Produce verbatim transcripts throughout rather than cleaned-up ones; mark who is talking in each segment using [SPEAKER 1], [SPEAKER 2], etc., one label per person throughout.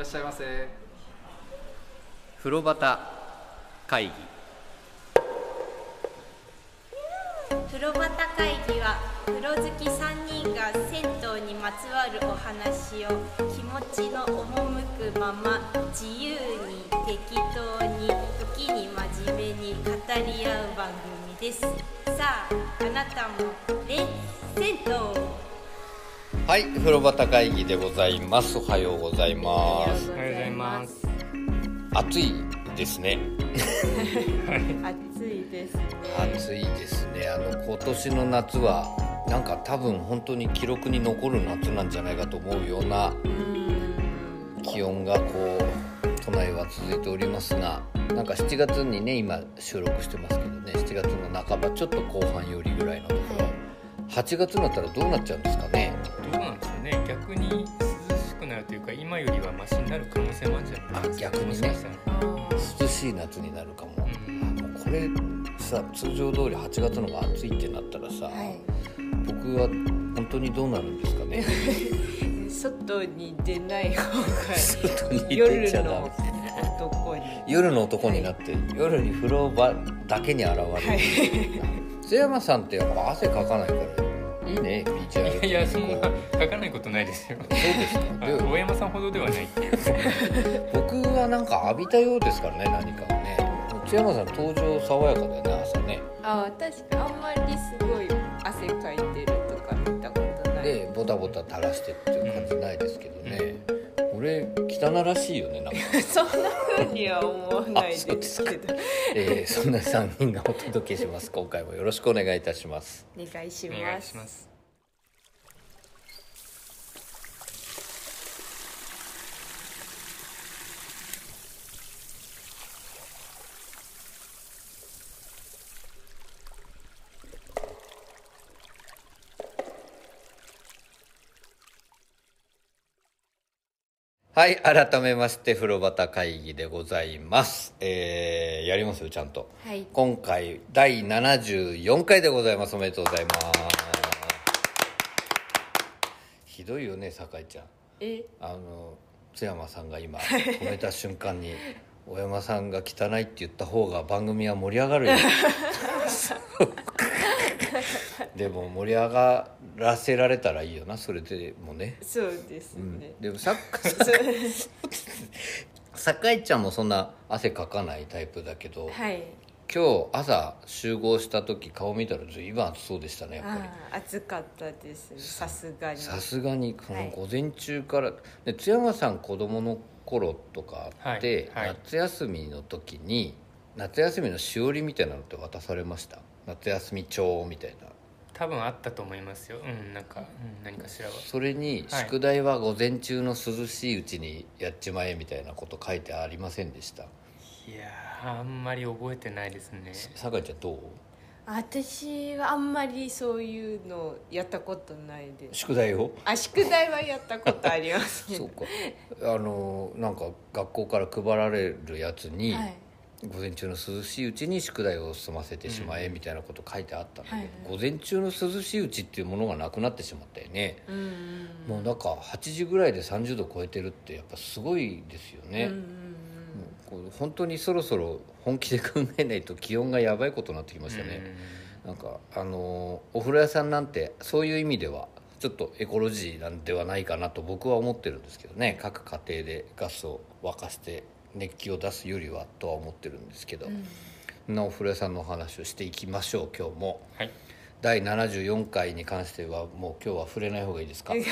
[SPEAKER 1] しゃいませ。
[SPEAKER 2] 風呂端会議。
[SPEAKER 3] 風呂端会議は風呂好きさんにんが銭湯にまつわるお話を気持ちの赴くまま自由に適当に時に真面目に語り合う番組です。さあ、あなたもレッツ銭湯。
[SPEAKER 2] はい、風呂端会議でございます。おはようございます。
[SPEAKER 3] おはよう
[SPEAKER 1] おはようございます。
[SPEAKER 2] 暑いですね。
[SPEAKER 3] 暑いですね。
[SPEAKER 2] 暑いですね。あの今年の夏はなんか多分本当に記録に残る夏なんじゃないかと思うような気温がこう都内は続いておりますが、なんかしちがつにね今収録してますけどね、しちがつの半ばちょっと後半よりぐらいのところ、はちがつになったらどうなっちゃうんですかね。
[SPEAKER 1] どうなんですかね。逆に涼しくなるというか、今よりはマシになる可能性もあるんじゃないですか。
[SPEAKER 2] あ、逆にね、涼しい夏になるかも。
[SPEAKER 1] うん、
[SPEAKER 2] もうこれさ、通常通りはちがつのが暑いってなったらさ、
[SPEAKER 3] はい、
[SPEAKER 2] 僕は本当にどうなるんですかね。
[SPEAKER 3] 外に出ない方が
[SPEAKER 2] 外に
[SPEAKER 3] 夜
[SPEAKER 2] 出ちゃダメ。
[SPEAKER 3] の男に
[SPEAKER 2] 夜の男になって、はい、夜に風呂場だけに現れる、はい、津山さんってやっぱ汗かかないからいいね、ビーチ歩き。
[SPEAKER 1] いやいや、そんなかかないことないですよ。
[SPEAKER 2] そうですか。で
[SPEAKER 1] 大山さんほどではない。
[SPEAKER 2] 僕はなんか浴びたようですからね、何かをね。津山さん登場爽やかだよね、朝ね。
[SPEAKER 3] あ、確かにあんまりすごい汗かいてるとか見たことない
[SPEAKER 2] でボタボタ垂らしてっていう感じないですけどね、うん、俺汚らしいよね、なんか。
[SPEAKER 3] そんな風には思わないですけど。
[SPEAKER 2] えー、そんなさんにんがお届けします。今回もよろしくお願いいたします。
[SPEAKER 3] お願いします。
[SPEAKER 1] お願いします。
[SPEAKER 2] はい、改めまして風呂端会議でございます。えー、やりますよちゃんと、
[SPEAKER 3] はい、
[SPEAKER 2] 今回だいななじゅうよんかいでございます。おめでとうございます。ひどいよね、酒井ちゃん。
[SPEAKER 3] え
[SPEAKER 2] あの津山さんが今止めた瞬間に大山さんが汚いって言った方が番組は盛り上がるよ。でも盛り上がらせられたらいいよな、それでもね。
[SPEAKER 3] そうですね、
[SPEAKER 2] うん、でもさ酒井ちゃんもそんな汗かかないタイプだけど、
[SPEAKER 3] はい、
[SPEAKER 2] 今日朝集合した時顔見たら随分暑そうでしたね、やっぱり。
[SPEAKER 3] あ、暑かったです、さすがに。
[SPEAKER 2] さすがにこの午前中から、はい、で津山さん子供の頃とかって、はいはい、夏休みの時に夏休みのしおりみたいなのって渡されました？夏休み帳みたいな。
[SPEAKER 1] 多分あったと思いますよ。うん、なんか、うん、何かしらは。
[SPEAKER 2] それに宿題は午前中の涼しいうちにやっちまえみたいなこと書いてありませんでした？
[SPEAKER 1] いやー、あんまり覚えてないですね。
[SPEAKER 2] 酒井ちゃんどう？
[SPEAKER 3] 私はあんまりそういうのやったことないです。
[SPEAKER 2] 宿題を？
[SPEAKER 3] あ、宿題はやったことありますね。
[SPEAKER 2] そうか。あのなんか学校から配られるやつに、はい、午前中の涼しいうちに宿題を済ませてしまえみたいなこと書いてあったんだけど、うん、午前中の涼しいうちっていうものがなくなってしまったよね。うん、もうなんかはちじぐらいでさんじゅうど超えてるってやっぱすごいですよね。うん、こう本当にそろそろ本気で考えないと気温がやばいことになってきましたね。うん、なんかあのお風呂屋さんなんてそういう意味ではちょっとエコロジーなんではないかなと僕は思ってるんですけどね。各家庭でガスを沸かして熱気を出すよりはとは思ってるんですけど、うん、なお風呂屋さんのお話をしていきましょう今日も。はい、だいななじゅうよんかいに関してはもう今日は触れない方がいいですか？い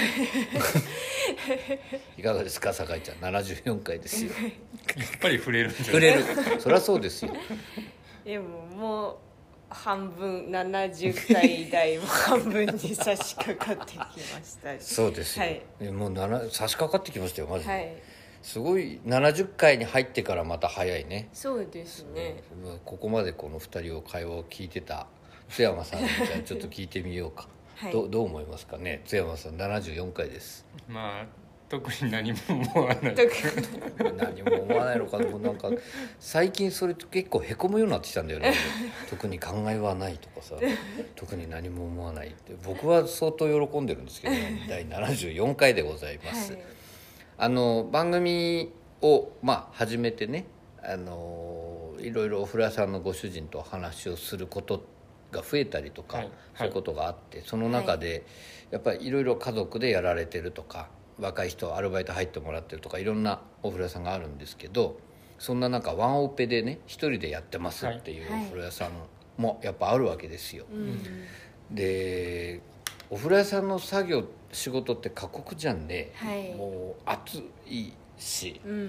[SPEAKER 2] かがですか酒井ちゃん。ななじゅうよんかいですよ。
[SPEAKER 1] やっぱり触れるんじゃない？
[SPEAKER 2] 触れる。そりゃそうですよ。
[SPEAKER 3] でももう半分ななじゅっかい台も半分に差し掛かってきました。
[SPEAKER 2] そうですよ、はい、もうなな差し掛かってきましたよマジで、はい、すごいななじゅっかいに入ってからまた早いね。
[SPEAKER 3] そうですね。
[SPEAKER 2] ここまでこのふたりを会話を聞いてた津山さんにじゃあちょっと聞いてみようか。はい、ど, どう思いますかね。津山さんななじゅうよんかいです。
[SPEAKER 1] まあ特に何も思わない。
[SPEAKER 2] 何も思わないのか。もなんか最近それ結構へこむようになってきたんだよね。特に考えはないとかさ、特に何も思わないって僕は相当喜んでるんですけど、ね、だいななじゅうよんかいでございます。はい、 あの番組を、まあ、始めてね、あのいろいろお風呂屋さんのご主人と話をすることが増えたりとか、はい、そういうことがあって、その中で、はい、やっぱりいろいろ家族でやられてるとか、若い人アルバイト入ってもらってるとか、いろんなお風呂屋さんがあるんですけど、そんな中ワンオペでね一人でやってますっていうお風呂屋さんもやっぱあるわけですよ、はい、でお風呂屋さんの作業仕事って過酷じゃんね、はい、もう暑いし、うんうん、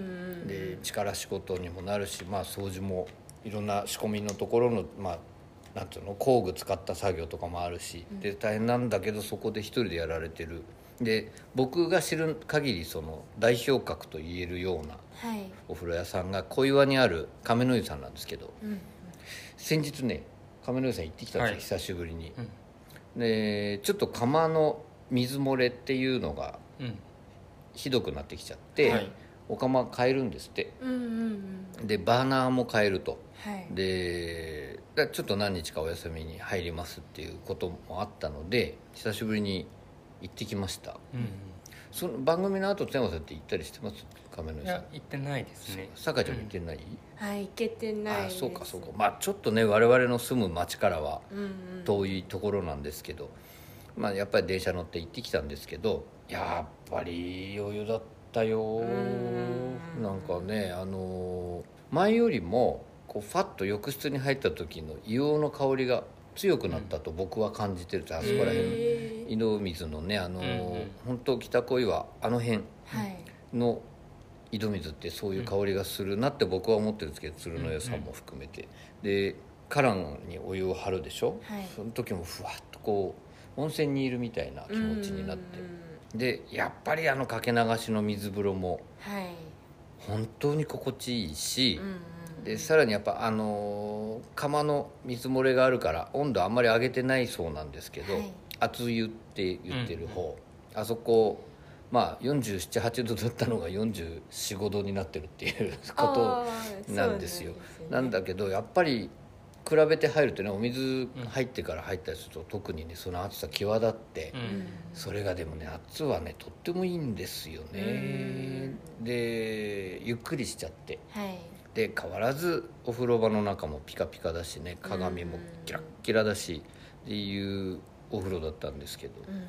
[SPEAKER 2] で力仕事にもなるし、まあ、掃除もいろんな仕込みのところの、まあ、なんていうの工具使った作業とかもあるし、で大変なんだけどそこで一人でやられてる。で僕が知る限りその代表格と言えるようなお風呂屋さんが小岩にある亀の湯さんなんですけど、うん、先日ね亀の湯さん行ってきたんですよ、はい、久しぶりに、うん、でちょっと釜の水漏れっていうのがひどくなってきちゃって、はい、お釜変えるんですって、うんうんうん、でバーナーも変えると、はい、でちょっと何日かお休みに入りますっていうこともあったので久しぶりに行ってきました、うんうん、その番組の後津山さんって行ったりしてます？亀の湯さん。いや
[SPEAKER 1] 行ってないですね。
[SPEAKER 2] 酒井ちゃんも行ってない？
[SPEAKER 3] うん、はい行けてないです。
[SPEAKER 2] あそうかそうか。まあちょっとね我々の住む町からは遠いところなんですけど、うんうん、まあやっぱり電車乗って行ってきたんですけど、やっぱり余裕だったよ。なんかねあの前よりもこうファッと浴室に入った時の硫黄の香りが強くなったと僕は感じてる、うん、あそこら辺井戸水のねあの、うんうん、本当北小岩あの辺の井戸水ってそういう香りがするなって僕は思ってるんですけど、鶴の湯さんも含めて、で花壇にお湯を張るでしょ、はい、その時もふわっとこう温泉にいるみたいな気持ちになって、でやっぱりあのかけ流しの水風呂も本当に心地いいし、うんでさらにやっぱあのー、釜の水漏れがあるから温度あんまり上げてないそうなんですけど、はい、熱湯って言ってる方、うん、あそこまあよんじゅうなな、はちどだったのがよんじゅうよん、ごどになってるっていうことなんですよ。 なんですね。なんだけどやっぱり比べて入るとねお水入ってから入ったりすると、うん、特にねその熱さ際立って、うん、それがでもね熱はねとってもいいんですよね、うん、でゆっくりしちゃって、はいで変わらずお風呂場の中もピカピカだしね、鏡もキラッキラだしっていうお風呂だったんですけど、うん、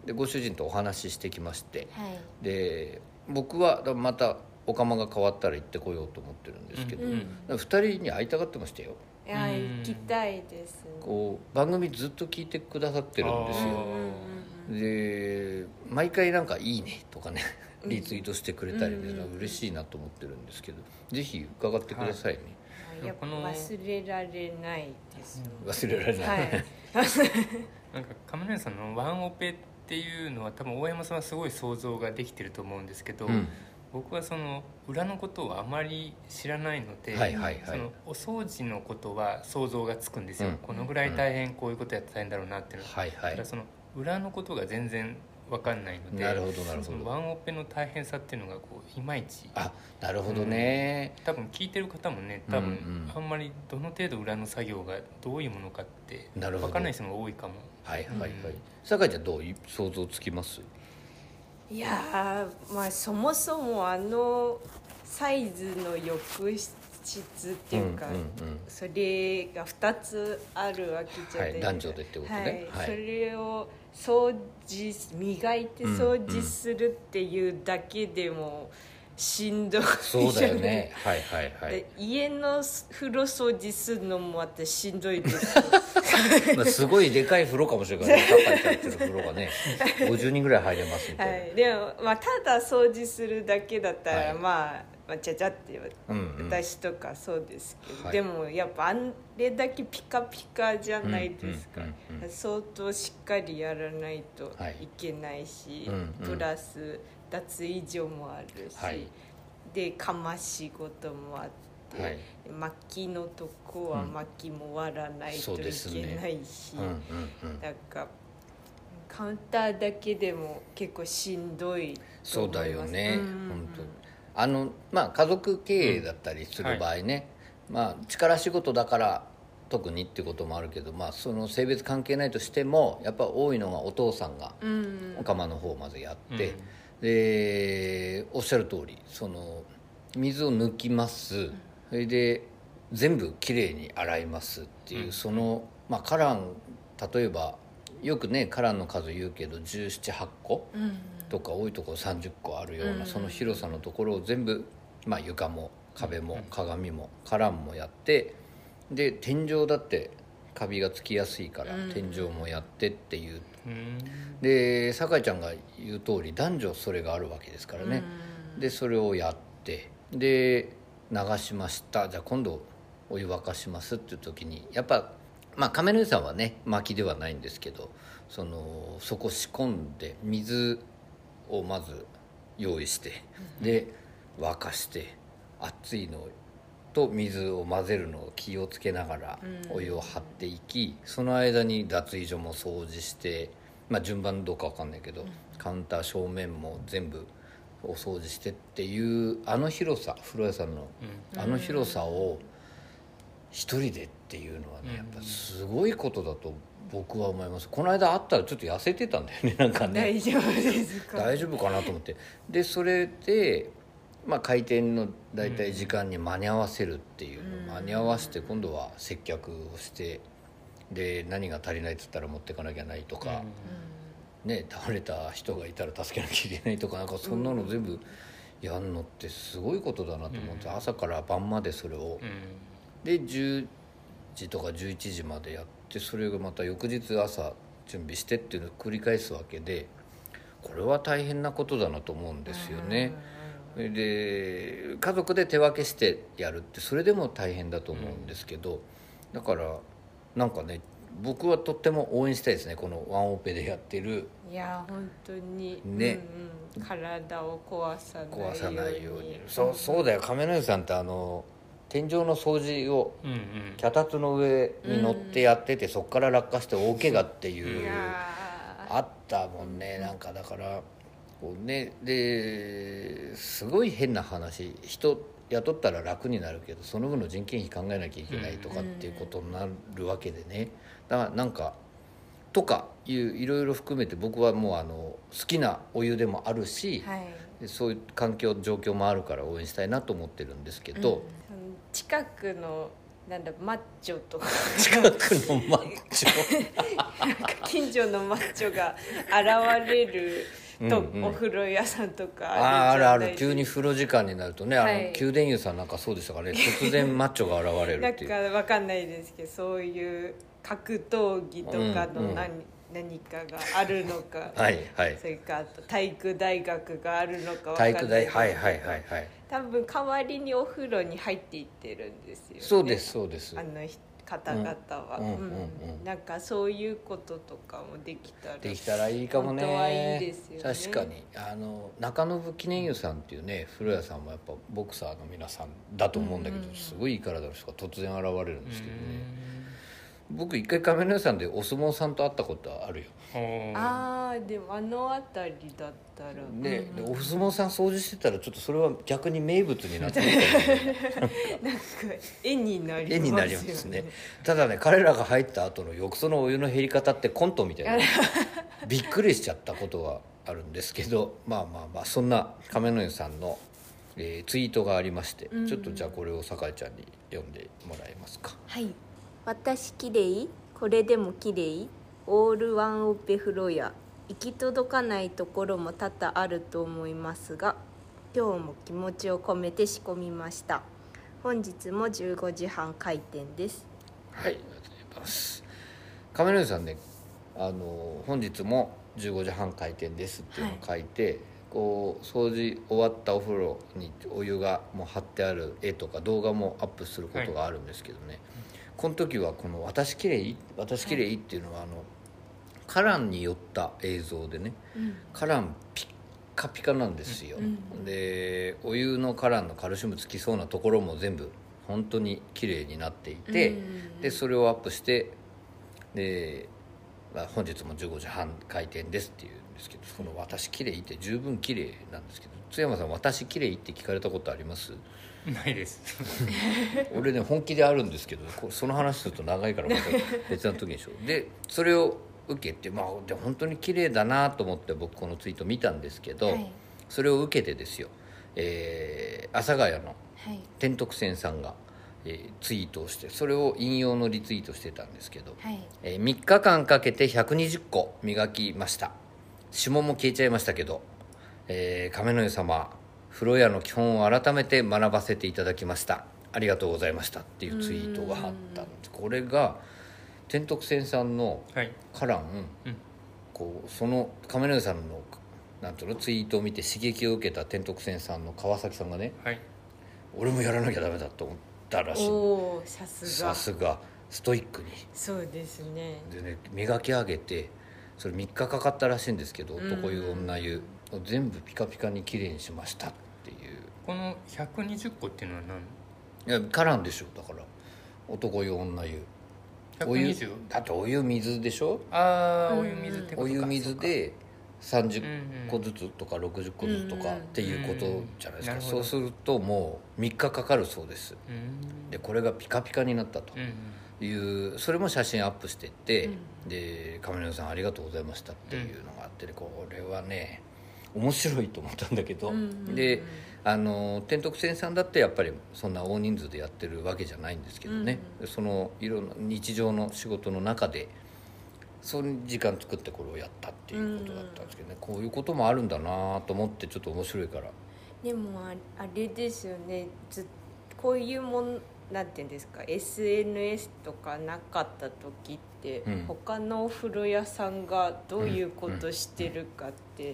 [SPEAKER 2] でご主人とお話ししてきまして、はい、で僕はまたお釜が変わったら行ってこようと思ってるんですけど、うんうん、ふたりに会いたがってましたよ。
[SPEAKER 3] いや行きたいです、ね、
[SPEAKER 2] こう番組ずっと聞いてくださってるんですよ。で毎回なんかいいねとかねリツイートしてくれたりで、ね、嬉しいなと思ってるんですけど、ぜひ伺ってくださいね、
[SPEAKER 3] はい、やっぱ忘れられないですよ、
[SPEAKER 2] 忘れられない、はい、
[SPEAKER 1] なんか亀の湯さんのワンオペっていうのは多分大山さんはすごい想像ができてると思うんですけど、うん、僕はその裏のことをあまり知らないので、はいはいはい、そのお掃除のことは想像がつくんですよ、うん、このぐらい大変、うん、こういうことやって大変だろうなっていうのは、はいはい、だからその裏のことが全然分かんないので、
[SPEAKER 2] なるほどなるほど、その
[SPEAKER 1] ワンオペの大変さっていうのがこういまいち、
[SPEAKER 2] あなるほどね、
[SPEAKER 1] うん、多分聞いてる方もね多分、うんうん、あんまりどの程度裏の作業がどういうものかって分かんない人が多いかも。
[SPEAKER 2] はいはいはい、うん、酒井ちゃんどう想像つきます？
[SPEAKER 3] いやまあそもそもあのサイズの浴室っていうか、うんうんうん、それがふたつあるわけじゃないですか、
[SPEAKER 2] はい、男女でってことね、
[SPEAKER 3] はいはい、それを掃除磨いて掃除するっていうだけでもしんどい、うんうん、
[SPEAKER 2] そうだよねはいはいはい。
[SPEAKER 3] 家の風呂掃除するのも私しんどいです
[SPEAKER 2] まあすごいでかい風呂かもしれないね、高い入ってる風呂がねごじゅうにんぐらい入れますみたいな、はい、
[SPEAKER 3] でも、まあ、ただ掃除するだけだったら、はい、まあまあ、ちゃちゃって、うんうん、私とかそうですけど、はい、でもやっぱあれだけピカピカじゃないですか、うんうんうんうん、相当しっかりやらないといけないし、はい、プラス脱衣所もあるし、はい、で釜仕事もあって、はい、薪のとこは薪も割らないといけないし、うんうんうん、なんかカウンターだけでも結構しんどいと思います。
[SPEAKER 2] そうだよね、うんうん、本当あのまあ、家族経営だったりする場合ね、うんはいまあ、力仕事だから特にっていうこともあるけど、まあ、その性別関係ないとしてもやっぱ多いのがお父さんがお釜の方をまずやって、 でおっしゃる通りその水を抜きます、うん、それで全部きれいに洗いますっていう、うん、その、まあ、花壇例えばよくね花壇の数言うけどじゅうなな、はっこ、うん、とか多いところさんじゅっこあるような、うん、その広さのところを全部、まあ、床も壁も鏡も花壇もやってで天井だってカビがつきやすいから天井もやってっていう、うん、で酒井ちゃんが言う通り男女それがあるわけですからね、うん、でそれをやってで流しました。じゃあ今度お湯沸かしますっていう時にやっぱまあ亀の湯さんはね薪ではないんですけどそのそこ仕込んで水をまず用意してで沸かして熱いのと水を混ぜるのを気をつけながらお湯を張っていきその間に脱衣所も掃除してまあ順番どうか分かんないけどカウンター正面も全部お掃除してっていうあの広さ風呂屋さんのあの広さを一人でっていうのはねやっぱすごいことだと僕は思います。この間会ったらちょっと痩せてたんだよねなんかね
[SPEAKER 3] 大丈夫ですか
[SPEAKER 2] 大丈夫かなと思ってでそれで、まあ、開店のだいたい時間に間に合わせるっていうのを間に合わせて今度は接客をしてで何が足りないって言ったら持ってかなきゃないとか、ね、倒れた人がいたら助けなきゃいけないとかなんかそんなの全部やんのってすごいことだなと思って朝から晩までそれをでじゅうじとかじゅういちじまでやってそれがまた翌日朝準備してっていうのを繰り返すわけでこれは大変なことだなと思うんですよね。で家族で手分けしてやるってそれでも大変だと思うんですけどだからなんかね僕はとっても応援したいですねこのワンオペでやってる
[SPEAKER 3] いや本当に
[SPEAKER 2] ね、
[SPEAKER 3] うんうん、体を壊さないように
[SPEAKER 2] 壊さないようにそう、そうだよ亀の湯さんってあの天井の掃除を脚立の上に乗ってやってて、うんうん、そこから落下して大怪我っていうあったもんねなんかだからこうねですごい変な話人雇ったら楽になるけどその分の人件費考えなきゃいけないとかっていうことになるわけでねだからなんかとかいういろいろ含めて僕はもうあの好きなお湯でもあるし、はい、そういう環境状況もあるから応援したいなと思ってるんですけど、うん、
[SPEAKER 3] 近くのなんだマッチョとか
[SPEAKER 2] 近くのマッチョ
[SPEAKER 3] 近所のマッチョが現れると、うんうん、お風呂屋さんとか
[SPEAKER 2] ああるある急に風呂時間になるとね、はい、あの宮殿湯さんなんかそうでしたからね突然マッチョが現れるっていう
[SPEAKER 3] なんか分かんないですけどそういう格闘技とかの何、うんうん、何かがあるのか
[SPEAKER 2] はい、はい、
[SPEAKER 3] それからあと体育大学があるのか分かんない
[SPEAKER 2] 体育大はいはいはいはい
[SPEAKER 3] 多分代わりにお風呂に入っていってるんですよね
[SPEAKER 2] そうですそうです
[SPEAKER 3] あの方々は、うんうんうんうん、なんかそういうこととかもできたら
[SPEAKER 2] できたらいいかもね
[SPEAKER 3] 本当はいいですよね
[SPEAKER 2] 確かにあの中延記念湯さんっていうね風呂屋さんもやっぱボクサーの皆さんだと思うんだけど、うんうん、すごいいい体の人が突然現れるんですけどね僕一回亀の湯さんでお相撲さんと会ったことあるよ
[SPEAKER 3] ああでもあの辺りだったら
[SPEAKER 2] ね、うんうん、お相撲さん掃除してたらちょっとそれは逆に名物になってる
[SPEAKER 3] なんか絵になりますよね
[SPEAKER 2] 絵になりますねただね彼らが入った後の浴槽のお湯の減り方ってコントみたいなびっくりしちゃったことがあるんですけどまあまあまあそんな亀の湯さんの、えー、ツイートがありまして、うんうん、ちょっとじゃあこれを酒井ちゃんに読んでもらえますか。
[SPEAKER 3] はい私きれいこれでもきれいオールワンオペ風呂屋行き届かないところも多々あると思いますが今日も気持ちを込めて仕込みました本日もじゅうごじはん開店です
[SPEAKER 2] はいありがとうございます亀の湯さんねあの本日もじゅうごじはん開店ですっていうのを書いて、はい、こう掃除終わったお風呂にお湯がもう貼ってある絵とか動画もアップすることがあるんですけどね、はいこの時はこの私きれい私きれいっていうのはあの花壇に寄った映像でね、うん、花壇ピッカピカなんですよ、うん、でお湯の花壇のカルシウムつきそうなところも全部本当にきれいになっていて、うん、でそれをアップしてで、まあ、本日もじゅうごじはん開店ですっていうんですけどこの私きれいって十分きれいなんですけど津山さん私きれいって聞かれたことあります？
[SPEAKER 1] ないです
[SPEAKER 2] 俺ね本気であるんですけどその話すると長いからまた別な時にしようでそれを受けてまあで本当に綺麗だなと思って僕このツイート見たんですけど、はい、 それを受けてですよ、えー、阿佐ヶ谷の天徳線さんが、えー、ツイートをして、それを引用のリツイートしてたんですけど、はい、えー、みっかかんかけてひゃくにじゅっこ磨きました。指紋も消えちゃいましたけど、えー、亀の湯様、風呂屋の基本を改めて学ばせていただきました、ありがとうございましたっていうツイートがあったんです。これが天徳線さんのカラン、はい、うん、こうその亀の湯さんのなんていうのツイートを見て刺激を受けた天徳線さんの川崎さんがね、はい、俺もやらなきゃダメだと思ったらしい。
[SPEAKER 3] おー、さすが
[SPEAKER 2] さすがストイックに。
[SPEAKER 3] そうですね。
[SPEAKER 2] でね、磨き上げてそれみっかかかったらしいんですけど、男湯女湯を全部ピカピカにきれいにしましたっていう。
[SPEAKER 1] このひゃくにじゅっこっていうのは
[SPEAKER 2] 何？いや、カランでしょ。だから男湯女湯
[SPEAKER 1] ひゃくにじゅう？
[SPEAKER 2] お湯だってお湯水でしょ。
[SPEAKER 1] ああ、お湯水ってことか。
[SPEAKER 2] お湯水でさんじゅっこずつとかろくじゅっこずつとかっていうことじゃないですか。そうするともうみっかかかるそうです。でこれがピカピカになったという、それも写真アップしてって、で亀の湯さんありがとうございましたっていうのがあって、これはね面白いと思ったんだけど、であの天徳線さんだってやっぱりそんな大人数でやってるわけじゃないんですけどね、そのいろんな日常の仕事の中でその時間作ってこれをやったっていうことだったんですけどね、こういうこともあるんだなと思って、ちょっと面白いから。
[SPEAKER 3] でもあれですよね、ずこういうもんなんていうんですか、 エスエヌエス とかなかった時って、うん、他のお風呂屋さんがどういうことしてるかって、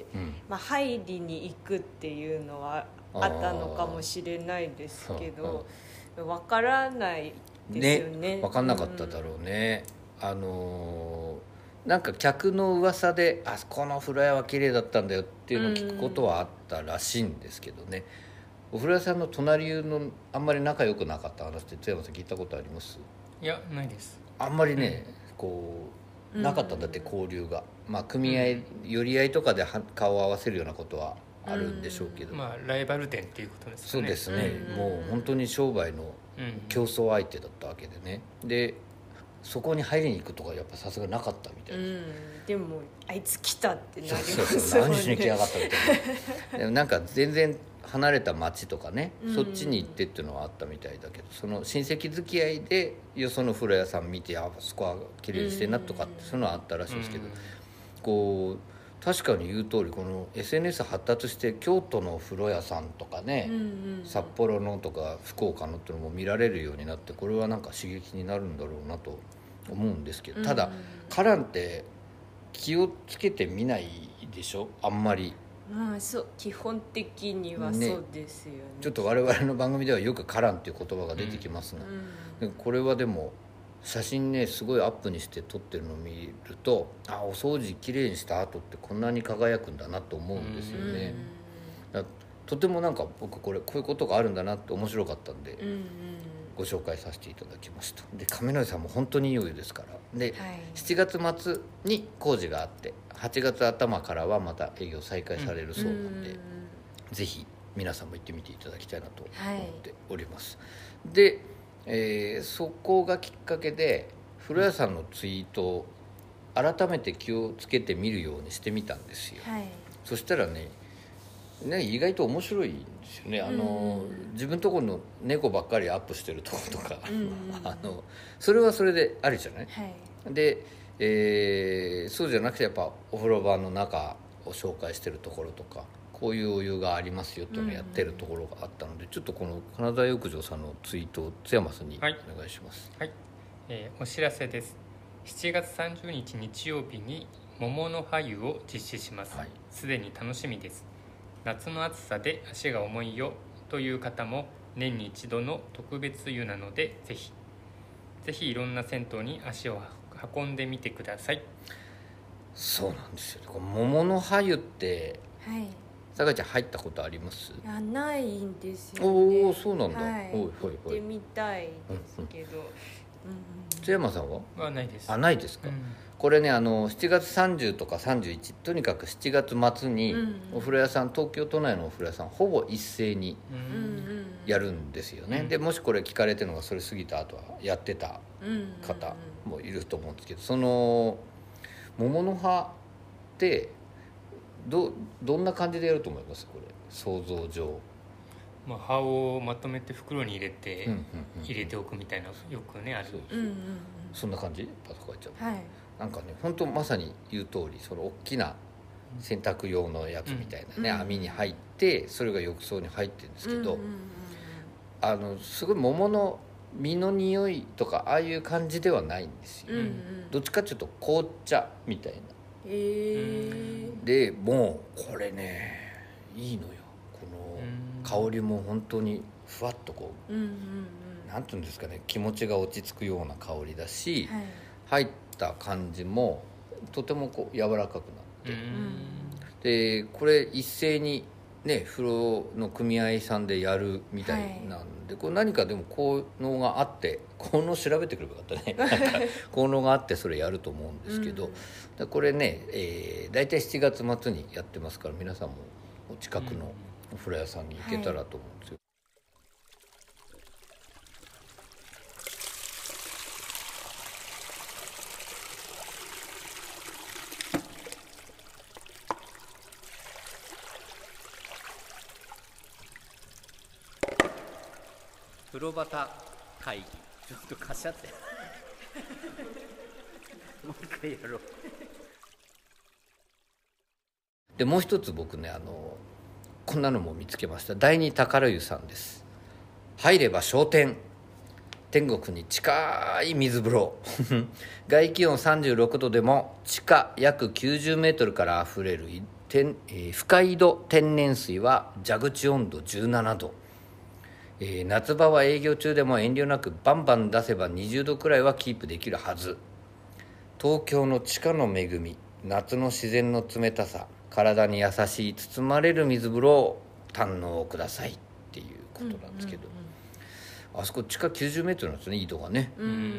[SPEAKER 3] うんうん、まあ、入りに行くっていうのはあったのかもしれないですけど、分からないですよね。
[SPEAKER 2] ね、分かんなかっただろうね、うん、あのーなんか客の噂であこの風呂屋は綺麗だったんだよっていうのを聞くことはあったらしいんですけどね、お風呂屋さんの隣のあんまり仲良くなかった話って津山さん聞いたことあります？
[SPEAKER 1] いや、ないです。
[SPEAKER 2] あんまりね、こうなかったんだって、交流が。まあ組合寄り合いとかで顔を合わせるようなことはあるんでしょうけど、
[SPEAKER 1] まあライバル店っていうことですかね。
[SPEAKER 2] そうですね、もう本当に商売の競争相手だったわけでね、でそこに入りに行くとかやっぱさすがなかったみたいです、うん、
[SPEAKER 3] でもあいつ来たってなります
[SPEAKER 2] よね。そうそう、何しに来やがったみたいなでもなんか全然離れた町とかね、そっちに行ってっていうのはあったみたいだけど、その親戚付き合いでよその風呂屋さん見て、あそこは綺麗にしてんなとかってそういうのはあったらしいんですけど、こう確かに言う通りこの エスエヌエス 発達して京都の風呂屋さんとかね、札幌のとか福岡のっていうのも見られるようになって、これはなんか刺激になるんだろうなと思うんですけど、ただカランって気をつけてみないでしょ、あんまり。
[SPEAKER 3] まあそう、基本的にはそうですよね。
[SPEAKER 2] ちょっと我々の番組ではよくカランっていう言葉が出てきますが、うん、これはでも写真ねすごいアップにして撮ってるのを見ると、あお掃除きれいにした後ってこんなに輝くんだなと思うんですよね、うん、だとてもなんか僕これこういうことがあるんだなって面白かったんで、うんうん、ご紹介させていただきました。で亀の井さんも本当にいいお湯ですからで、はい、しちがつ末に工事があってはちがつ頭からはまた営業再開されるそうなので、うん、ぜひ皆さんも行ってみていただきたいなと思っております、はい、で、えー、そこがきっかけで風呂屋さんのツイートを改めて気をつけてみるようにしてみたんですよ、はい、そしたらねね、意外と面白いんですよね。あの、うん、自分のところの猫ばっかりアップしてるところとか、うん、あのそれはそれでありじゃない、はい、で、えー、そうじゃなくてやっぱお風呂場の中を紹介してるところとかこういうお湯がありますよっていうのをやってるところがあったので、うん、ちょっとこの金沢浴場さんのツイートを津山さんにお願いします。
[SPEAKER 1] はい、はい、えー、お知らせです。しちがつさんじゅうにち日曜日に桃の葉湯を実施します。すで、はい、に楽しみです。夏の暑さで足が重いよという方も年に一度の特別湯なので、ぜひぜひいろんな銭湯に足を運んでみてください。
[SPEAKER 2] そうなんですよ。この桃の葉湯って、はい、坂井ちゃん入ったことあります？
[SPEAKER 3] いやないんですよ
[SPEAKER 2] ね。おお、そうなんだ。
[SPEAKER 3] はい、行ってみたいですけど、うんうん、
[SPEAKER 2] 津山さんは？
[SPEAKER 1] はないです。
[SPEAKER 2] あ、ないですか。うん、これねあのしちがつさんじゅうとかさんじゅういちとにかくしちがつ末にお風呂屋さん、東京都内のお風呂屋さんほぼ一斉にやるんですよね、うん、でもしこれ聞かれてるのがそれ過ぎた後はやってた方もいると思うんですけど、その桃の葉ってどどんな感じでやると思います？これ想像上。
[SPEAKER 1] まあ、葉をまとめて袋に入れて、うんうんうん、入れておくみたいなよくねある。
[SPEAKER 2] そうそう、うんうんうん、そんな感じパトカーちゃん、
[SPEAKER 3] はい、
[SPEAKER 2] なんかね本当まさに言う通りその大きな洗濯用のやつみたいなね、うん、網に入ってそれが浴槽に入ってるんですけど、うんうんうん、あのすごい桃の実の匂いとかああいう感じではないんですよ、うんうん、どっちかっていうと紅茶みたいな、
[SPEAKER 3] え
[SPEAKER 2] ー、でもうこれねいいのよ、この香りも本当にふわっとこう、うんうんうん、なんていうんですかね、気持ちが落ち着くような香りだし、はい、入った感じもとてもこう柔らかくなって、うん、でこれ一斉にね風呂の組合さんでやるみたいなんで、はい、これ何かでも効能があって効能調べてくればよかったね効能があってそれやると思うんですけど、うん、これね、えー、大体しちがつ末にやってますから皆さんもお近くのお風呂屋さんに行けたらと思うんですよ、はい。風呂旗会議、ちょっとカシャってもう一回やろう。でもう一つ僕ね、あのこんなのも見つけました。第二宝湯さんです。入れば昇天、天国に近い水風呂外気温さんじゅうろくどでも地下約きゅうじゅうメートルからあふれる天、えー、深井戸天然水は蛇口温度じゅうななど、えー、夏場は営業中でも遠慮なくバンバン出せばにじゅうどくらいはキープできるはず。東京の地下の恵み、夏の自然の冷たさ、体に優しい包まれる水風呂を堪能くださいっていうことなんですけど、うんうんうん、あそこ地下きゅうじゅうメートルなんですね、井戸がね。うんうんうん、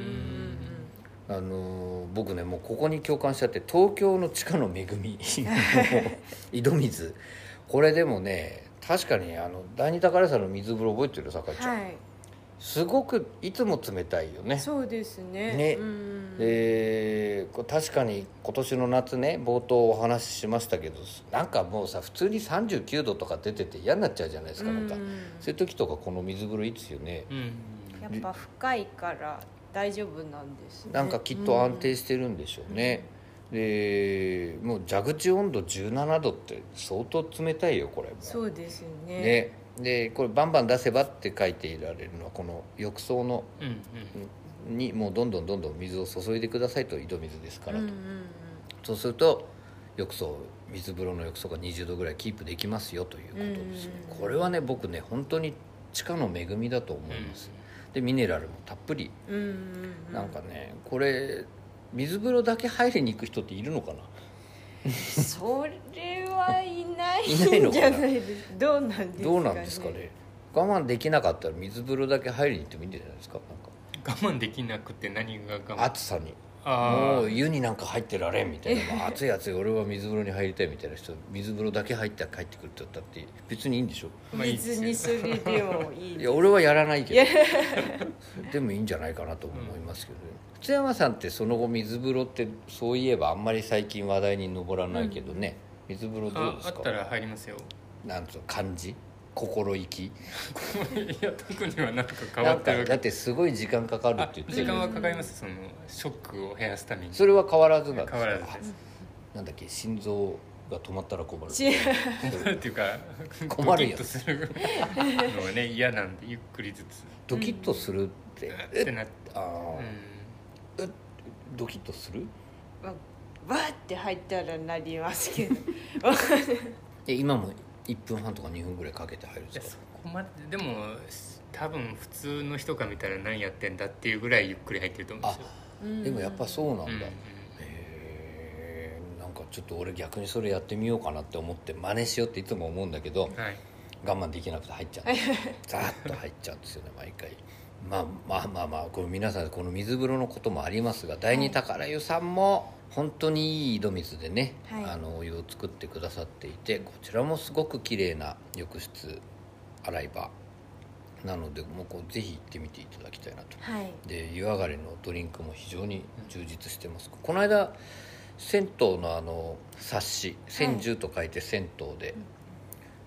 [SPEAKER 2] あのー、僕ねもうここに共感しちゃって、東京の地下の恵み井戸水、これでもね確かにあの第二宝湯さんの水風呂覚えてる坂井ちゃん、はい、すごくいつも冷たいよね。
[SPEAKER 3] そうですね。
[SPEAKER 2] ね、うん、で確かに今年の夏ね冒頭お話ししましたけど、なんかもうさ普通にさんじゅうきゅうどとか出てて嫌になっちゃうじゃないですか、うん、なんかそういう時とかこの水風呂いいですよね、うん、
[SPEAKER 3] やっぱ深いから大丈夫なんですね。
[SPEAKER 2] なんかきっと安定してるんでしょうね、うん、でもう蛇口温度じゅうななどって相当冷たいよこれも。
[SPEAKER 3] そうですね。
[SPEAKER 2] ねでこれバンバン出せばって書いていられるのはこの浴槽の、うんうん、にもうどんどんどんどん水を注いでくださいと、井戸水ですからと、うんうんうん、そうすると浴槽水風呂の浴槽がにじゅうどぐらいキープできますよということですね、うんうん、これはね僕ね本当に地下の恵みだと思います、うん、でミネラルもたっぷり、うんうんうん、なんかねこれ水風呂だけ入りに行く人っているのかな
[SPEAKER 3] それはいないんじゃないですか。どうなんですかね。
[SPEAKER 2] どうなんですかね。我慢できなかったら水風呂だけ入りに行ってもいいんじゃないですか。
[SPEAKER 1] なんか我慢できなくて何が我慢。
[SPEAKER 2] 暑さに。もう湯になんか入ってられんみたいな、暑い暑い俺は水風呂に入りたいみたいな人、水風呂だけ入って帰ってくるって言ったって別にいいんでしょ。
[SPEAKER 3] まあ、別にそれでもいいです。
[SPEAKER 2] いや俺はやらないけどでもいいんじゃないかなと思いますけどね、うん、津山さんってその後水風呂ってそういえばあんまり最近話題に上らないけどね、うん、水風呂どうですか。
[SPEAKER 1] あ, あったら入りますよ。
[SPEAKER 2] なんつう感じ心意気い
[SPEAKER 1] や特にはなんか変わってるわけ。
[SPEAKER 2] だってすごい時間かかるって言ってる。
[SPEAKER 1] 時間はかかります。そのショックを減らすために。
[SPEAKER 2] それは変わらずなんですか。
[SPEAKER 1] 変わらずです。
[SPEAKER 2] なんだっけ、心臓が止まったら困る
[SPEAKER 1] 困るっていうか
[SPEAKER 2] 困るよ。
[SPEAKER 1] ドキッとするのはね嫌なんでゆっくりずつ
[SPEAKER 2] ドキッとするって、うん、
[SPEAKER 1] ってなって、あ、
[SPEAKER 2] うん、ドキッとする
[SPEAKER 3] わわーって入ったらなりますけど
[SPEAKER 2] え今もいっぷんはんとかにふんぐらいかけて入るんですか。
[SPEAKER 1] そこまででも多分普通の人が見たら何やってんだっていうぐらいゆっくり入ってると思うんですよ。
[SPEAKER 2] あ、でもやっぱそうなんだ、うんうん、へー、なんかちょっと俺逆にそれやってみようかなって思って真似しようっていつも思うんだけど、はい、我慢できなくて入っちゃうザーッと入っちゃうんですよね毎回。まあまあまあまあこれ皆さんこの水風呂のこともありますが、第二宝湯さんも本当にいい井戸水でね、はい、あのお湯を作ってくださっていて、こちらもすごく綺麗な浴室洗い場なので、もうこうぜひ行ってみていただきたいなと、はい、で湯上がりのドリンクも非常に充実してます、うん、この間銭湯のあの冊子千住と書いて銭湯で、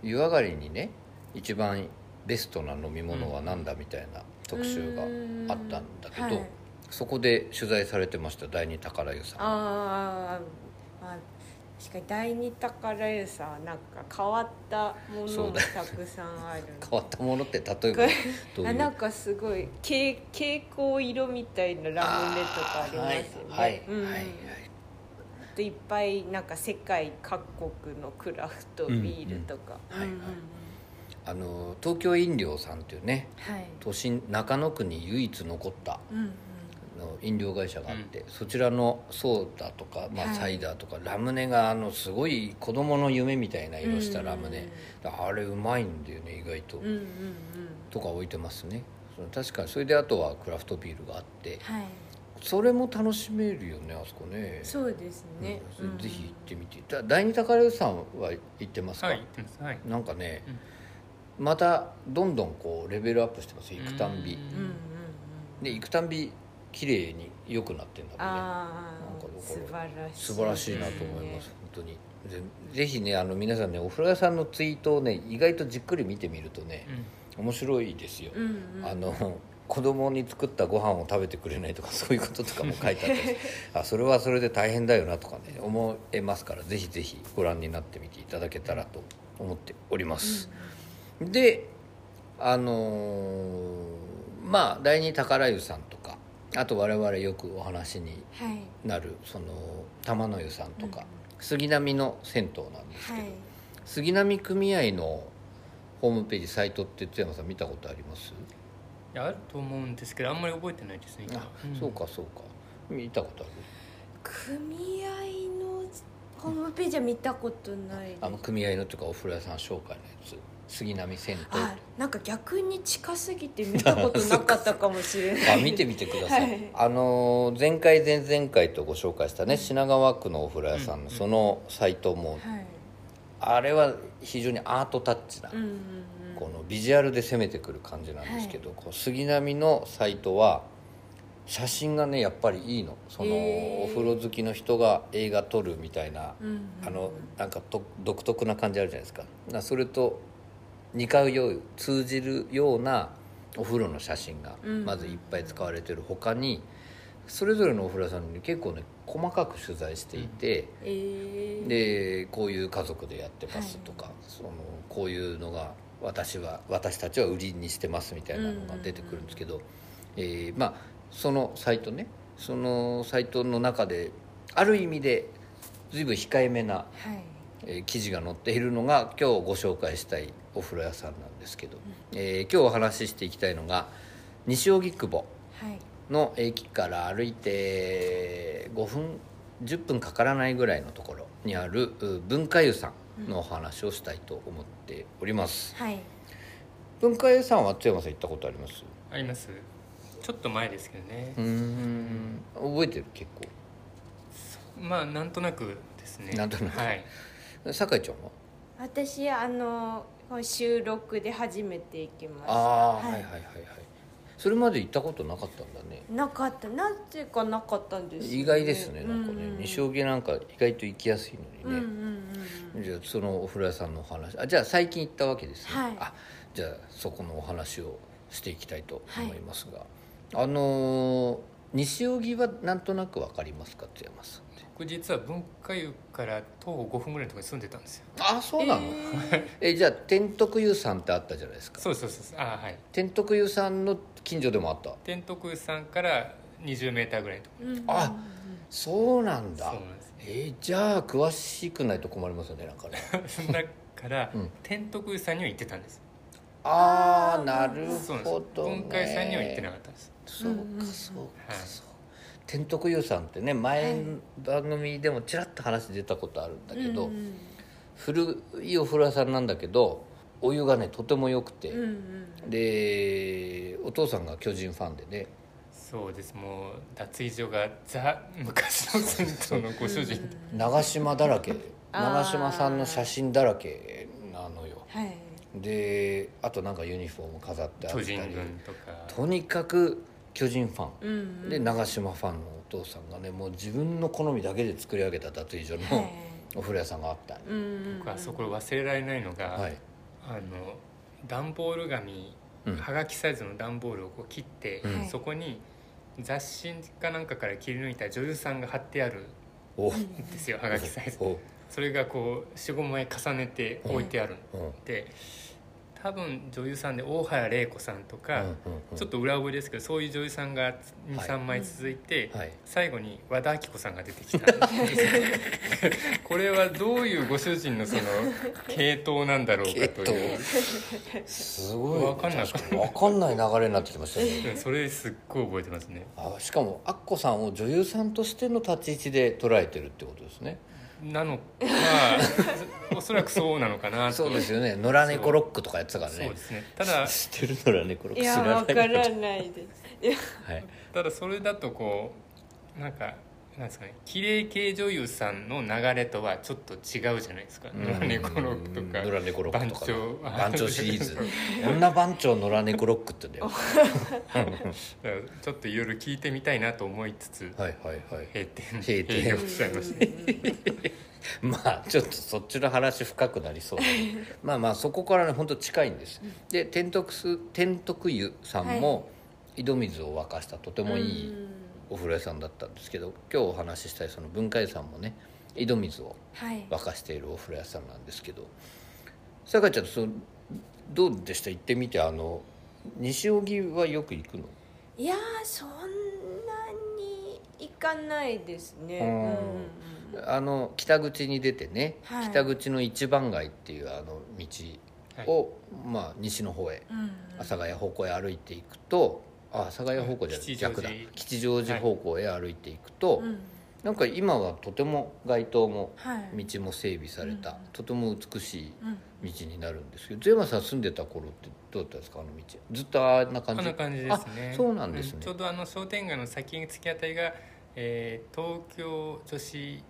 [SPEAKER 2] 湯上がりにね一番ベストな飲み物は何だみたいな特集があったんだけど、はい、そこで取材されてました第二宝湯さん。
[SPEAKER 3] ああ、確かに第二宝湯さんはなんか変わったものもたくさんある
[SPEAKER 2] 変わったものって例えばどういう？
[SPEAKER 3] なんかすごい蛍光色みたいなラムネとかありますよね。はい、うん、はいはい、いっぱいなんか世界各国のクラフトビールとか、
[SPEAKER 2] うんうん、はいはい、あの東京飲料さんっていうね、はい、都心中野区に唯一残った、うんうん、の飲料会社があって、うん、そちらのソーダとか、まあ、サイダーとか、はい、ラムネがあのすごい子供の夢みたいな色したラムネ、うんうん、あれうまいんだよね意外と、うんうんうん、とか置いてますね。その確かにそれであとはクラフトビールがあって、はい、それも楽しめるよねあそこね。
[SPEAKER 3] そうですね、
[SPEAKER 2] うん、ぜひ行ってみて。だ第二宝湯さんは行ってますか？
[SPEAKER 1] はい、行ってます、はい、
[SPEAKER 2] なんかね、うん、またどんどんこうレベルアップしてます行くたんび、うん、で行くたんび綺麗に良くなってるんだろうね。
[SPEAKER 3] あなんか素晴らしい
[SPEAKER 2] 素晴らしいなと思います、ね、本当に。ぜひねあの皆さんねお風呂屋さんのツイートをね意外とじっくり見てみるとね、うん、面白いですよ、うんうん、あの子供に作ったご飯を食べてくれないとかそういうこととかも書いてあってあそれはそれで大変だよなとかね思えますから、ぜひぜひご覧になってみていただけたらと思っております、うん、であのー、まあ第二宝湯さんとかあと我々よくお話になる、はい、その玉の湯さんとか、うん、杉並の銭湯なんですけど、はい、杉並組合のホームページサイトって津山さん見たことあります？
[SPEAKER 1] いやあると思うんですけどあんまり覚えてないですね。
[SPEAKER 2] あ、うん、そうかそうか。見たことある？
[SPEAKER 3] 組合のホームページは見たことないです。
[SPEAKER 2] あの組合のとかお風呂屋さん紹介のやつ杉並銭湯。
[SPEAKER 3] あ、なんか逆に近すぎて見たことなかったかもしれない
[SPEAKER 2] あ見てみてください、はい、あの前回前々回とご紹介したね、うん、品川区のお風呂屋さんのそのサイトも、うんうん、あれは非常にアートタッチな、うんうんうん、このビジュアルで攻めてくる感じなんですけど、はい、こう杉並のサイトは写真がねやっぱりいいの。そのお風呂好きの人が映画撮るみたいな、うんうんうん、あのなんかと独特な感じあるじゃないですか。それと似通うよう通じるようなお風呂の写真がまずいっぱい使われてる他に、それぞれのお風呂屋さんに結構ね細かく取材していて、うんえー、でこういう家族でやってますとか、はい、そのこういうのが私は私たちは売りにしてますみたいなのが出てくるんですけど、うんうんえー、まあそのサイトねそのサイトの中である意味で随分控えめな、はいえー、記事が載っているのが今日ご紹介したいお風呂屋さんなんですけど、うんえー、今日お話ししていきたいのが西荻窪の駅から歩いてごふんじゅっぷんかからないぐらいのところにある文化湯さんのお話をしたいと思っております、うんはい、文化湯さんは津山さん行ったことあります？
[SPEAKER 1] あります。ちょっと前ですけどね。
[SPEAKER 2] うーん覚えてる？結構
[SPEAKER 1] まあなんとなくですね。
[SPEAKER 2] なんとなく、はい、酒井ちゃんは？
[SPEAKER 3] 私あの収録で初めて行きました。
[SPEAKER 2] ああ、はい、はいはいはいはい。それまで行ったことなかったんだね。
[SPEAKER 3] なかった。なぜかなかったんです、ね、
[SPEAKER 2] 意外ですね。なんかね、うんうん、西荻なんか意外と行きやすいのにね、うんうんうん、じゃあそのお風呂屋さんのお話、あじゃあ最近行ったわけですね、はい、あじゃあそこのお話をしていきたいと思いますが、はい、あのー、西荻はなんとなく分かりますか？津山さん。
[SPEAKER 1] 僕実は文化湯から徒歩ごふんぐらいのところに住んでたんですよ。
[SPEAKER 2] あそうなの？えー、じゃあ天徳湯さんってあったじゃないですか。
[SPEAKER 1] そうそうそう。あはい。
[SPEAKER 2] 天徳湯さんの近所でもあった？
[SPEAKER 1] 天徳湯さんからにじゅうメーターぐらいのところ、うん、
[SPEAKER 2] あそうなんだ。
[SPEAKER 1] そうなんです。
[SPEAKER 2] えー、じゃあ詳しくないと困りますよねなんかね
[SPEAKER 1] だから、うん、天徳湯さんには行ってたんです。
[SPEAKER 2] ああなるほど、ね、
[SPEAKER 1] 文化湯さんには行ってなかったです。
[SPEAKER 2] そうかそうか、はい、そう天徳湯さんってね前番組でもちらっと話出たことあるんだけど、はい、古いお風呂屋さんなんだけどお湯がねとても良くて、うんうん、でお父さんが巨人ファンでね。
[SPEAKER 1] そうです。もう脱衣所がザ昔の銭湯のご主人
[SPEAKER 2] 長島だらけ長島さんの写真だらけなのよ、はい、であとなんかユニフォーム飾ってあったり
[SPEAKER 1] 巨人軍とか
[SPEAKER 2] とにかく巨人ファン、うんうん、で長島ファンのお父さんがねもう自分の好みだけで作り上げた脱衣所のお風呂屋さんがあった、
[SPEAKER 1] うんうん、僕はそこ忘れられないのが、はい、 あの段ボール紙、うん、はがきサイズの段ボールをこう切って、うん、そこに雑誌かなんかから切り抜いた女優さんが貼ってあるんですよ、はがきサイズ。それがこう よん,ご 枚重ねて置いてあるんで、多分女優さんで大原麗子さんとか、うんうんうん、ちょっと裏覚えですけどそういう女優さんが に,さん 枚続いて、はいはい、最後に和田アキ子さんが出てきたんですこれはどういうご主人のその系統なんだろうかという
[SPEAKER 2] すごい
[SPEAKER 1] 分かんなかった
[SPEAKER 2] 分かんない流れになってきましたね
[SPEAKER 1] それすっごい覚えてますね。
[SPEAKER 2] あ、しかもアッコさんを女優さんとしての立ち位置で捉えてるってことですね。
[SPEAKER 1] なのかおそらくそうなのかなと。
[SPEAKER 2] そうですよね。野良猫ロックとかやってたからね。
[SPEAKER 1] そうですね。ただ
[SPEAKER 2] 知ってる野良猫ロック
[SPEAKER 3] いやわからないです、
[SPEAKER 1] はい、ただそれだとこうなんかなんですかね、綺麗系女優さんの流れとはちょっと違うじゃないですか。野良猫ロックとか
[SPEAKER 2] 野良猫ロックとか
[SPEAKER 1] 番長
[SPEAKER 2] 番長シリーズ女番長野良猫ロックって言うんだよ
[SPEAKER 1] ちょっといろいろ聞いてみたいなと思いつつ、
[SPEAKER 2] はいはいはい、
[SPEAKER 1] 閉店
[SPEAKER 2] 閉店
[SPEAKER 1] 閉業しちゃいました
[SPEAKER 2] まあちょっとそっちの話深くなりそうでまあまあそこからね本当近いんです。で天徳す天徳湯さんも井戸水を沸かしたとてもいいお風呂屋さんだったんですけど、今日お話ししたいその文化湯さんもね井戸水を沸かしているお風呂屋さんなんですけど、酒井ちゃんそのどうでした？行ってみて。あの西荻はよく行くの？
[SPEAKER 3] いやそんなに行かないですね。
[SPEAKER 2] うん、あの北口に出てね、はい、北口の一番街っていうあの道を、はい、まあ、西の方へ、うんうん、阿佐ヶ谷方向へ歩いていくと、あ、阿佐ヶ谷方向じゃない逆だ吉祥寺方向へ歩いていくと、はい、なんか今はとても街灯も道も整備された、はい、とても美しい道になるんですけど、ゼマさん住んでた頃ってどうだったんですか？あの道ずっとあんな感じ？
[SPEAKER 1] こんな感じですね。
[SPEAKER 2] あ、そうなんですね、
[SPEAKER 1] うん、ちょうどあの商店街の先に突き当たりが、えー、東京女子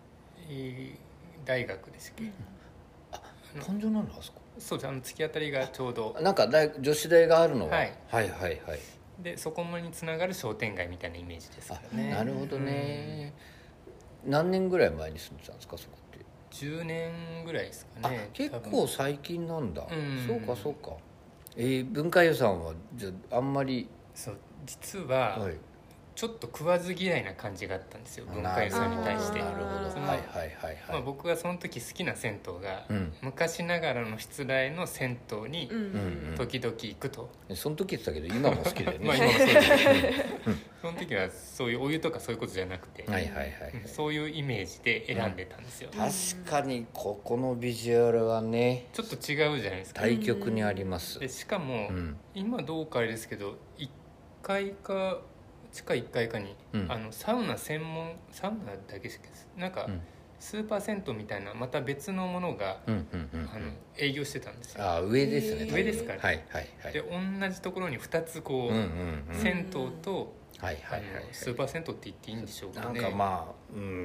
[SPEAKER 1] 大学ですっけ、うん、
[SPEAKER 2] あ、誕生なのあそこ？
[SPEAKER 1] そうです。あの突き当たりがちょうど
[SPEAKER 2] なんか大女子大があるのは、はい、はいはいはい
[SPEAKER 1] でそこにつながる商店街みたいなイメージですからね。
[SPEAKER 2] なるほどね、うん、何年ぐらい前に住んでたんですかそこって？
[SPEAKER 1] じゅうねんぐらいですかね。
[SPEAKER 2] 結構最近なんだ、うん、そうかそうか。えー、文化湯さんはじゃああんまり。
[SPEAKER 1] そう実は、はい、ちょっと食わず嫌いな感じがあったんですよ、文化湯さんに対して。
[SPEAKER 2] なるほど。はいはいはいはい、
[SPEAKER 1] まあ、僕がその時好きな銭湯が、うん、昔ながらの室内の銭湯に時々行くと、
[SPEAKER 2] うんうん、その時言ってたけど今も好きだよね
[SPEAKER 1] まあ今もそうですけどその時はそういうお湯とかそういうことじゃなくて、
[SPEAKER 2] はいはいはい、はい、
[SPEAKER 1] そういうイメージで選んでたんですよ、
[SPEAKER 2] うん、確かにここのビジュアルはね
[SPEAKER 1] ちょっと違うじゃないですか。
[SPEAKER 2] 対極にあります。
[SPEAKER 1] でしかも、うん、今どうかあれですけどいっかいか地下いっかいかに、うん、あのサウナ専門サウナだけですけどなんか、うん、スーパー銭湯みたいなまた別のものが、うんうんうんうん、あの営業してたんですよ。
[SPEAKER 2] あ、上ですね。
[SPEAKER 1] 上ですかね、
[SPEAKER 2] はいはいはい、
[SPEAKER 1] で同じところにふたつこう、うんうんうん、銭湯と、はいはいはいはい、スーパー銭湯って言っていいんでしょうかね。
[SPEAKER 2] なんかまあうん、うん、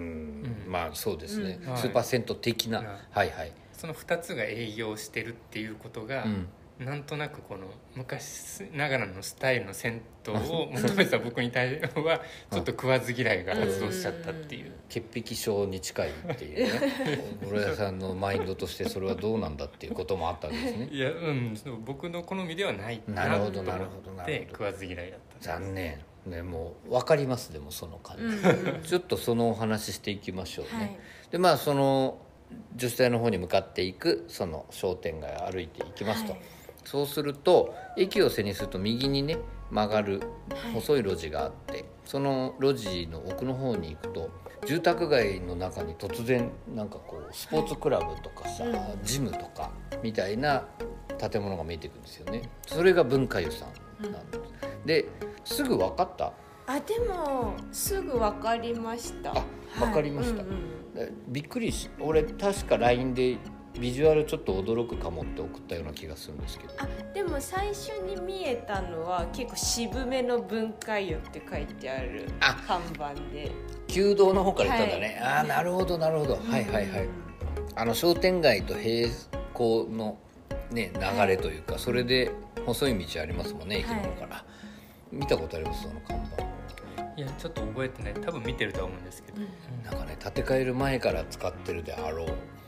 [SPEAKER 2] まあそうですね、うん、スーパー銭湯的な、はい、はいはい
[SPEAKER 1] そのふたつが営業してるっていうことが、うんなんとなくこの昔ながらのスタイルの銭湯を求めた僕に対してはちょっと食わず嫌いが発動しちゃったっていう、
[SPEAKER 2] 潔癖症に近いっていうねお風呂屋さんのマインドとしてそれはどうなんだっていうこともあったんですね。
[SPEAKER 1] いや、うん、僕の好みではないなと思って食わず嫌いだった。
[SPEAKER 2] 残念ね、もう分かります。でもその感じ、うん、ちょっとそのお話していきましょうね、はい、でまあその女子大の方に向かっていくその商店街を歩いていきますと、はい、そうすると駅を背にすると右にね曲がる細い路地があって、はい、その路地の奥の方に行くと住宅街の中に突然なんかこうスポーツクラブとかさ、はい、ジムとかみたいな建物が見えてくるんですよね。それが文化湯さんなんです、うん、ですぐ分かった？
[SPEAKER 3] あ、でもすぐ分かりました。
[SPEAKER 2] あ、分かりました、はい、うんうん、びっくりし俺確か ライン でビジュアルちょっと驚くかもって送ったような気がするんですけど。
[SPEAKER 3] あ、でも最初に見えたのは結構渋めの文化湯って書いてある看板で、
[SPEAKER 2] 旧道の方から行ったんだね、はい、あ、なるほどなるほど、はいはいはい、あの商店街と並行の、ね、流れというか、はい、それで細い道ありますもんね、駅の方から、はい、見たことあります？その看板。
[SPEAKER 1] いや、ちょっと覚えてない。多分見てるとは思うんですけど、うん、
[SPEAKER 2] なんかね、建て替える前から使ってるであろう、う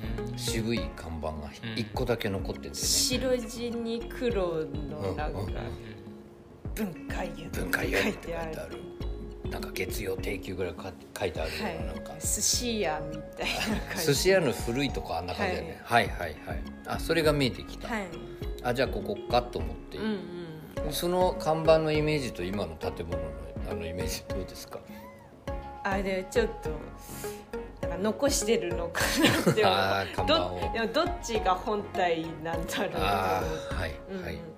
[SPEAKER 2] 渋い看板がいっこだけ残ってるんです
[SPEAKER 3] よね、白地に黒のなんか、うんうん、文化湯
[SPEAKER 2] 文化湯って書いてある、なんか月曜定休ぐらい書いてあるような、なんか、はい、
[SPEAKER 3] 寿司屋みたいな感じ、
[SPEAKER 2] 寿司屋の古いとこあんな感じだね、はい、はいはいはいあそれが見えてきた、はい、あじゃあここかと思って、うんうん、その看板のイメージと今の建物のあのイメージどうですか？
[SPEAKER 3] あれちょっとなんか残してるのかなって
[SPEAKER 2] あ看板を
[SPEAKER 3] ど, でもどっちが本体なんだろうと思って、
[SPEAKER 2] あはい、うん、はい